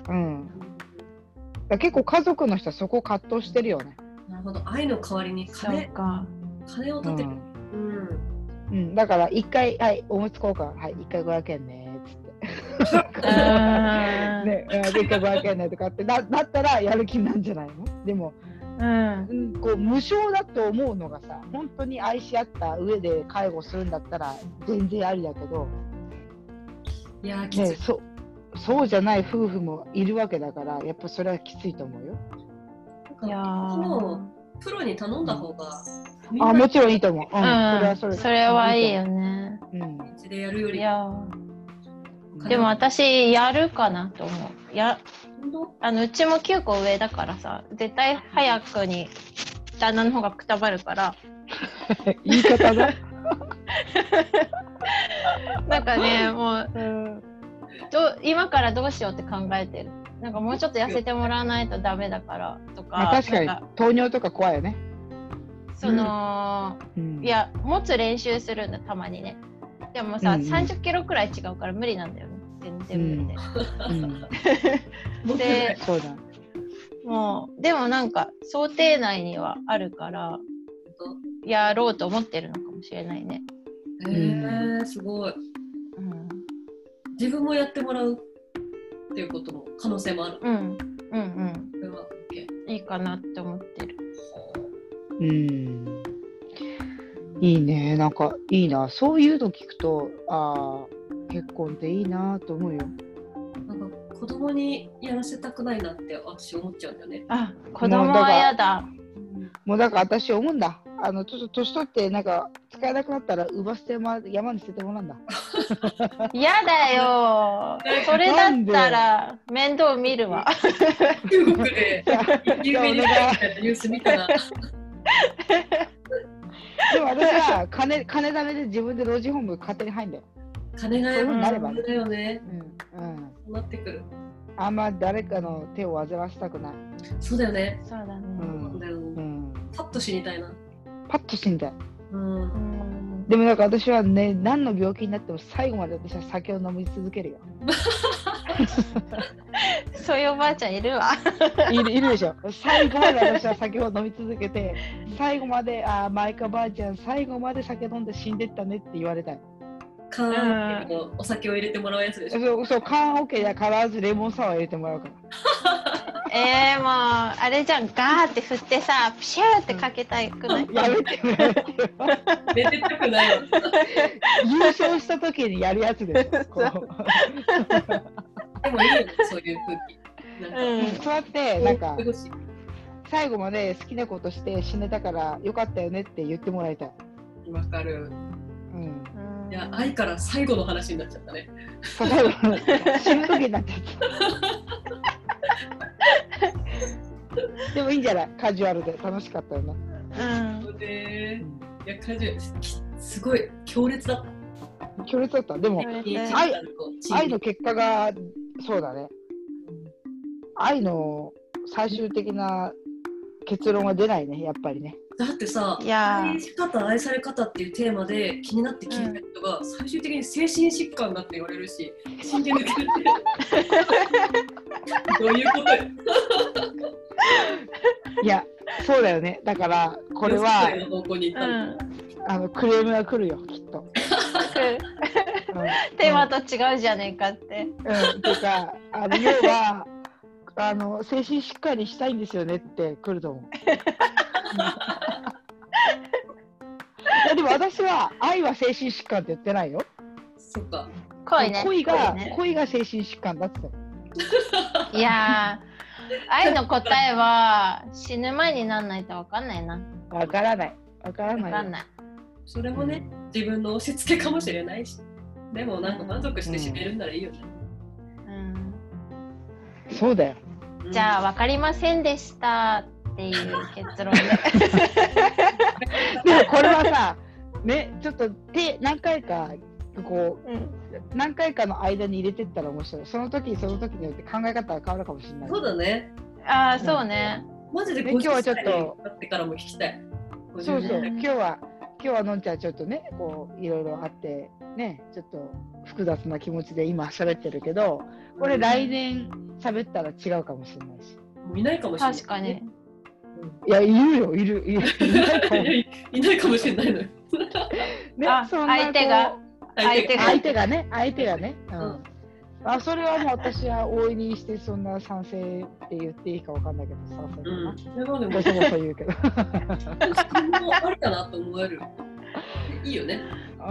だ結構家族の人はそこ葛藤してるよね。 なるほど、愛の代わりに金を立てる。 だから1回、はい、おむつ交換、はい、1回500円ねっつって。ね、1回500円ねとかってなったらやる気なんじゃないの？でも、こう無償だと思うのがさ、本当に愛し合った上で介護するんだったら全然ありだけど、 いやきつい、 ね、そうじゃない夫婦もいるわけだから、やっぱそれはきついと思うよ。 いやプロに頼んだ方がもちろんいいと思う。 それはいいよね。 うちでやるより。 でも私やるかなと思う。うちも9個上だからさ、絶対早くに旦那の方がくたばるから言い方だなんかね、もう、今からどうしようって考えてる。なんかもうちょっと痩せてもらわないとダメだからとか。 確かに糖尿とか怖いよね。 いや、持つ練習するんだ、たまにね。でもさ、30キロくらい違うから無理なんだよね。全然無理で。で、 そうだ。 もうでもなんか想定内にはあるからやろうと思ってるのかもしれないね。 すごい。自分もやってもらうっていうことの可能性もある。それは OK。 いいかなって思ってる。 いいね、なんかいいな、そういうの聞くと、結婚っていいなと思うよ。 なんか子供にやらせたくないなって私思っちゃうんだよね。 子供は嫌だ。 もうだから私思うんだ。ちょっと年取ってなんか使えなくなったら山に捨ててもらうんだ。 嫌だよ。それだったら面倒見るわ。 中国で有名になったニュース見たな。 でも私は金ダメで自分で老人ホーム勝手に入んだよ。 金がやっぱなればだよね。そうなってくる。 あんま誰かの手を煩わせたくない。 そうだよね。 そうだね。 パッと死にたいな。 パッと死にたい。 うん。 でもなんか私はね、何の病気になっても最後まで私は酒を飲み続けるよ。 そういうおばあちゃんいるわ。 いるでしょ。最後まで私は酒を飲み続けて、最後まで、マイカばあちゃん、最後まで酒飲んで死んでったねって言われたい。 缶のお酒を入れてもらうやつでしょ。 そう、缶オケで必ずレモンサワー入れてもらうから。 もうあれじゃん、ガーって振ってさ、プシューってかけたくない？ やめてよ。 出てたくないわ。 優勝した時にやるやつでしょ。でもいいよね、そういう空気。 そうやってなんか最後まで好きなことして死ねたからよかったよねって言ってもらいたい。 わかる。いや、愛から最後の話になっちゃったね。 死ぬ時になっちゃった。でもいいんじゃない？カジュアルで楽しかったよね。 いや、カジュアルすごい強烈だった。 強烈だった。でも愛の結果がそうだね。愛の最終的な結論は出ないね、やっぱりね。 だってさ、愛し方、愛され方っていうテーマで気になって聞いた人が、最終的に精神疾患だって言われるし、死んで抜けるってどういうことよ。 いや、そうだよね。だからこれはクレームが来るよ、きっと。 テーマと違うじゃねえかって。 とか要は精神疾患にしたいんですよねって来ると思う。いやでも私は愛は精神疾患って言ってないよ。 そっか。 恋が精神疾患だって。 いや愛の答えは死ぬ前になんないと分かんないな。 分からない。 それもね、自分の押し付けかもしれないし、でもなんか満足して死ねるんならいいよね。 そうだよ。 じゃあ分かりませんでしたっていう結論で。 でもこれはさ、ね、ちょっと何回か何回かの間に入れてったら面白い。その時によって考え方が変わるかもしれない。 そうだね。 そうね。 マジで今日はちょっとなってからも聞きたい。 そう今日はのんちゃんちょっとね、いろいろあってね、ちょっと複雑な気持ちで今喋ってるけど、これ来年喋ったら違うかもしれないし。 いないかもしれない。 確かに。 いや、いる。いないかもしれないのよ。 相手がね。 それはもう私は大いにしてそんな賛成って言っていいかわかんないけど、賛成だな。ボソボソ言うけど。 それもあるかなと思える。いいよね。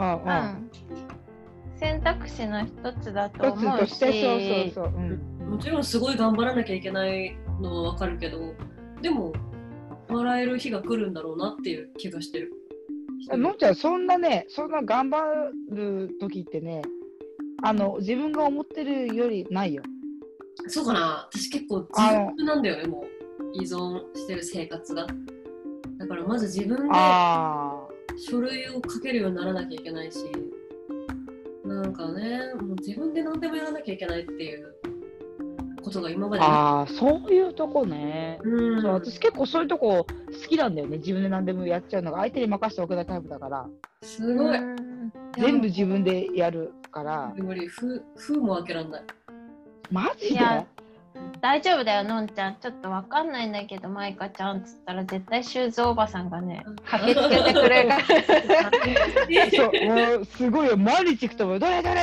選択肢の一つだと思うし。 もちろんすごい頑張らなきゃいけないのはわかるけど、でも笑える日が来るんだろうなっていう気がしてる。 のんちゃんそんな頑張る時ってね、自分が思ってるよりないよ。 そうかな。私結構自分なんだよね、もう依存してる生活が。だからまず自分で書類を書けるようにならなきゃいけないし、なんかね、もう自分で何でもやらなきゃいけないっていうことが今まで。 そういうとこね。そう、私結構そういうとこ好きなんだよね。自分で何でもやっちゃうのが、相手に任せておくなタイプだから。 すごい。 全部自分でやるから。 無理、封も開けらんない。 マジで？ 大丈夫だよ、のんちゃん。ちょっとわかんないんだけど、マイカちゃんっつったら絶対シューズおばさんがね、駆けつけてくれるから。 そう、もうすごいよ。毎日行くとどれっつって。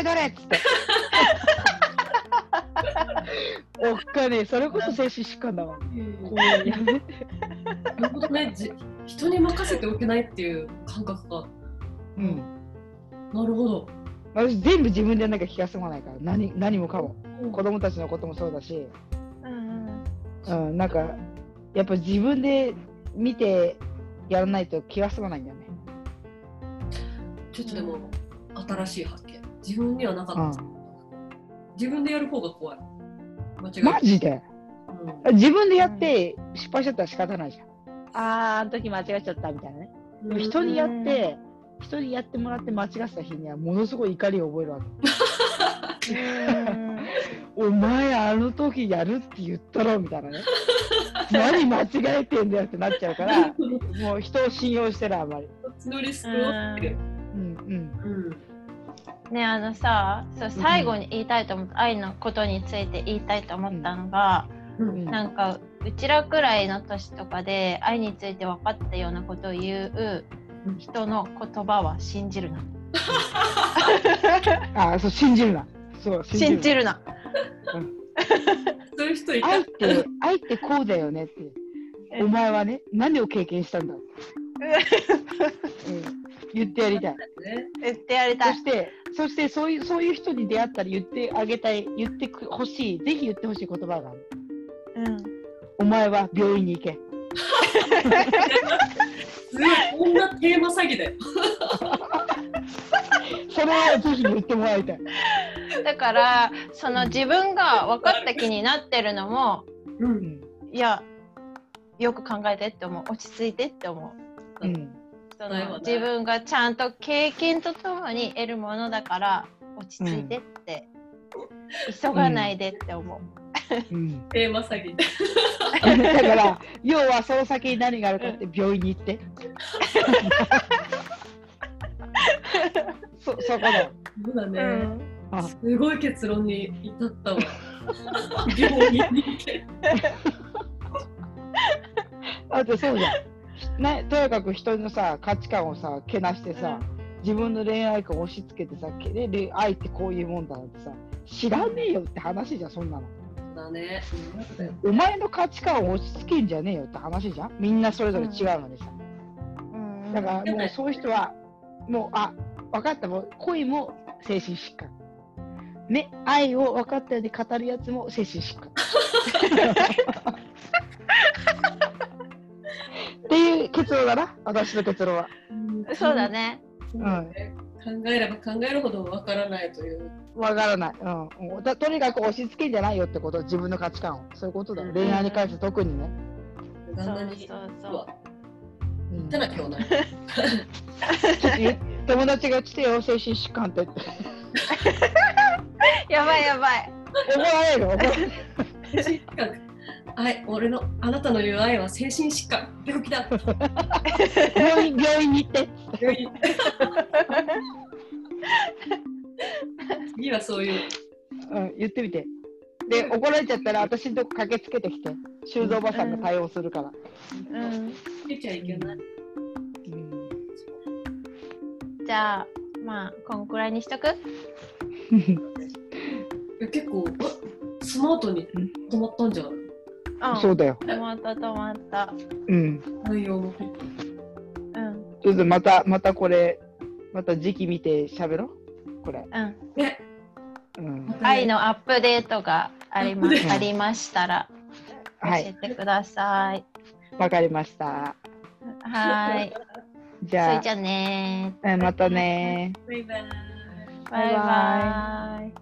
おっかねえ、それこそ精神疾患だわ。 なるほどね、人に任せておけないっていう感覚が。なるほど。 私全部自分でやんなきゃ気が済まないから、何もかも。子供たちのこともそうだし、なんかやっぱ自分で見てやらないと気が済まないんだよね。 ちょっとでも新しい発見。自分にはなかった。自分でやる方が怖い。 マジで？自分でやって失敗しちゃったら仕方ないじゃん。あの時間違えちゃったみたいなね。でも人にやってもらって間違った日にはものすごい怒りを覚えるわけ。お前あの時やるって言ったろみたいなね。 何間違えてんだよってなっちゃうから、もう人を信用してるあまり。 こっちのリスクを負ってる。 ね、そう最後に言いたいと思った、愛のことについて言いたいと思ったのが、なんかうちらくらいの年とかで愛について分かったようなことを言う人の言葉は信じるな。 あ、そう、信じるな。そう、 信じるな。 そういう人いた。 愛ってこうだよねって。お前はね、何を経験したんだって。言ってやりたい。 言ってやりたい。 そしてそういう人に出会ったら言ってあげたい、言ってほしい、ぜひ言ってほしい言葉がある。お前は病院に行け。 すごい、こんなテーマ詐欺だよ。 それはぜひ言ってもらいたい。 だからその自分が分かった気になってるのも、いやよく考えてって思う、落ち着いてって思う。その自分がちゃんと経験とともに得るものだから落ち着いてって、急がないでって思う。 テーマ詐欺。 だから要はその先に何があるかって病院に行って。そこだ。 そうだね。すごい結論に至ったわ。病院に行け。 だってそうじゃん。ね、とにかく人のさ価値観をさけなしてさ、自分の恋愛観を押し付けてさ、愛ってこういうもんだなんてさ、知らねえよって話じゃん、そんなの。 だね。 お前の価値観を押し付けんじゃねえよって話じゃん。みんなそれぞれ違うのにさ。だからもうそういう人はもう分かった、もう恋も精神疾患。ね、愛を分かったように語るやつも精神疾患。っていう結論だな、私の結論は。 そうだね。 考えれば考えるほど分からないという。 分からない。とにかく押し付けんじゃないよってこと、自分の価値観を。そういうことだ。恋愛に関して特にね。 そう。 言ったら今日ない。 ちょっと友達が来てよ、精神疾患って。 やばいやばい。 怒られる。 精神疾患。あなたの言う愛は精神疾患、病気だ。 病院に行って。 次はそういう。 言ってみて。で、怒られちゃったら私のとこ駆けつけてきて、修造おばさんが対応するから。 つけちゃいけない。 じゃあ、まあ、こんくらいにしとく？ 結構、スマートに止まったんじゃない？ そうだよ。 止まった。 内容も。 ちょっとまたこれ、また時期見て喋ろう。これ。 愛のアップデートがありましたら教えてください。 わかりました。 はい。 じゃあ。 それじゃね。 またね。 バイバイ。 バイバイ。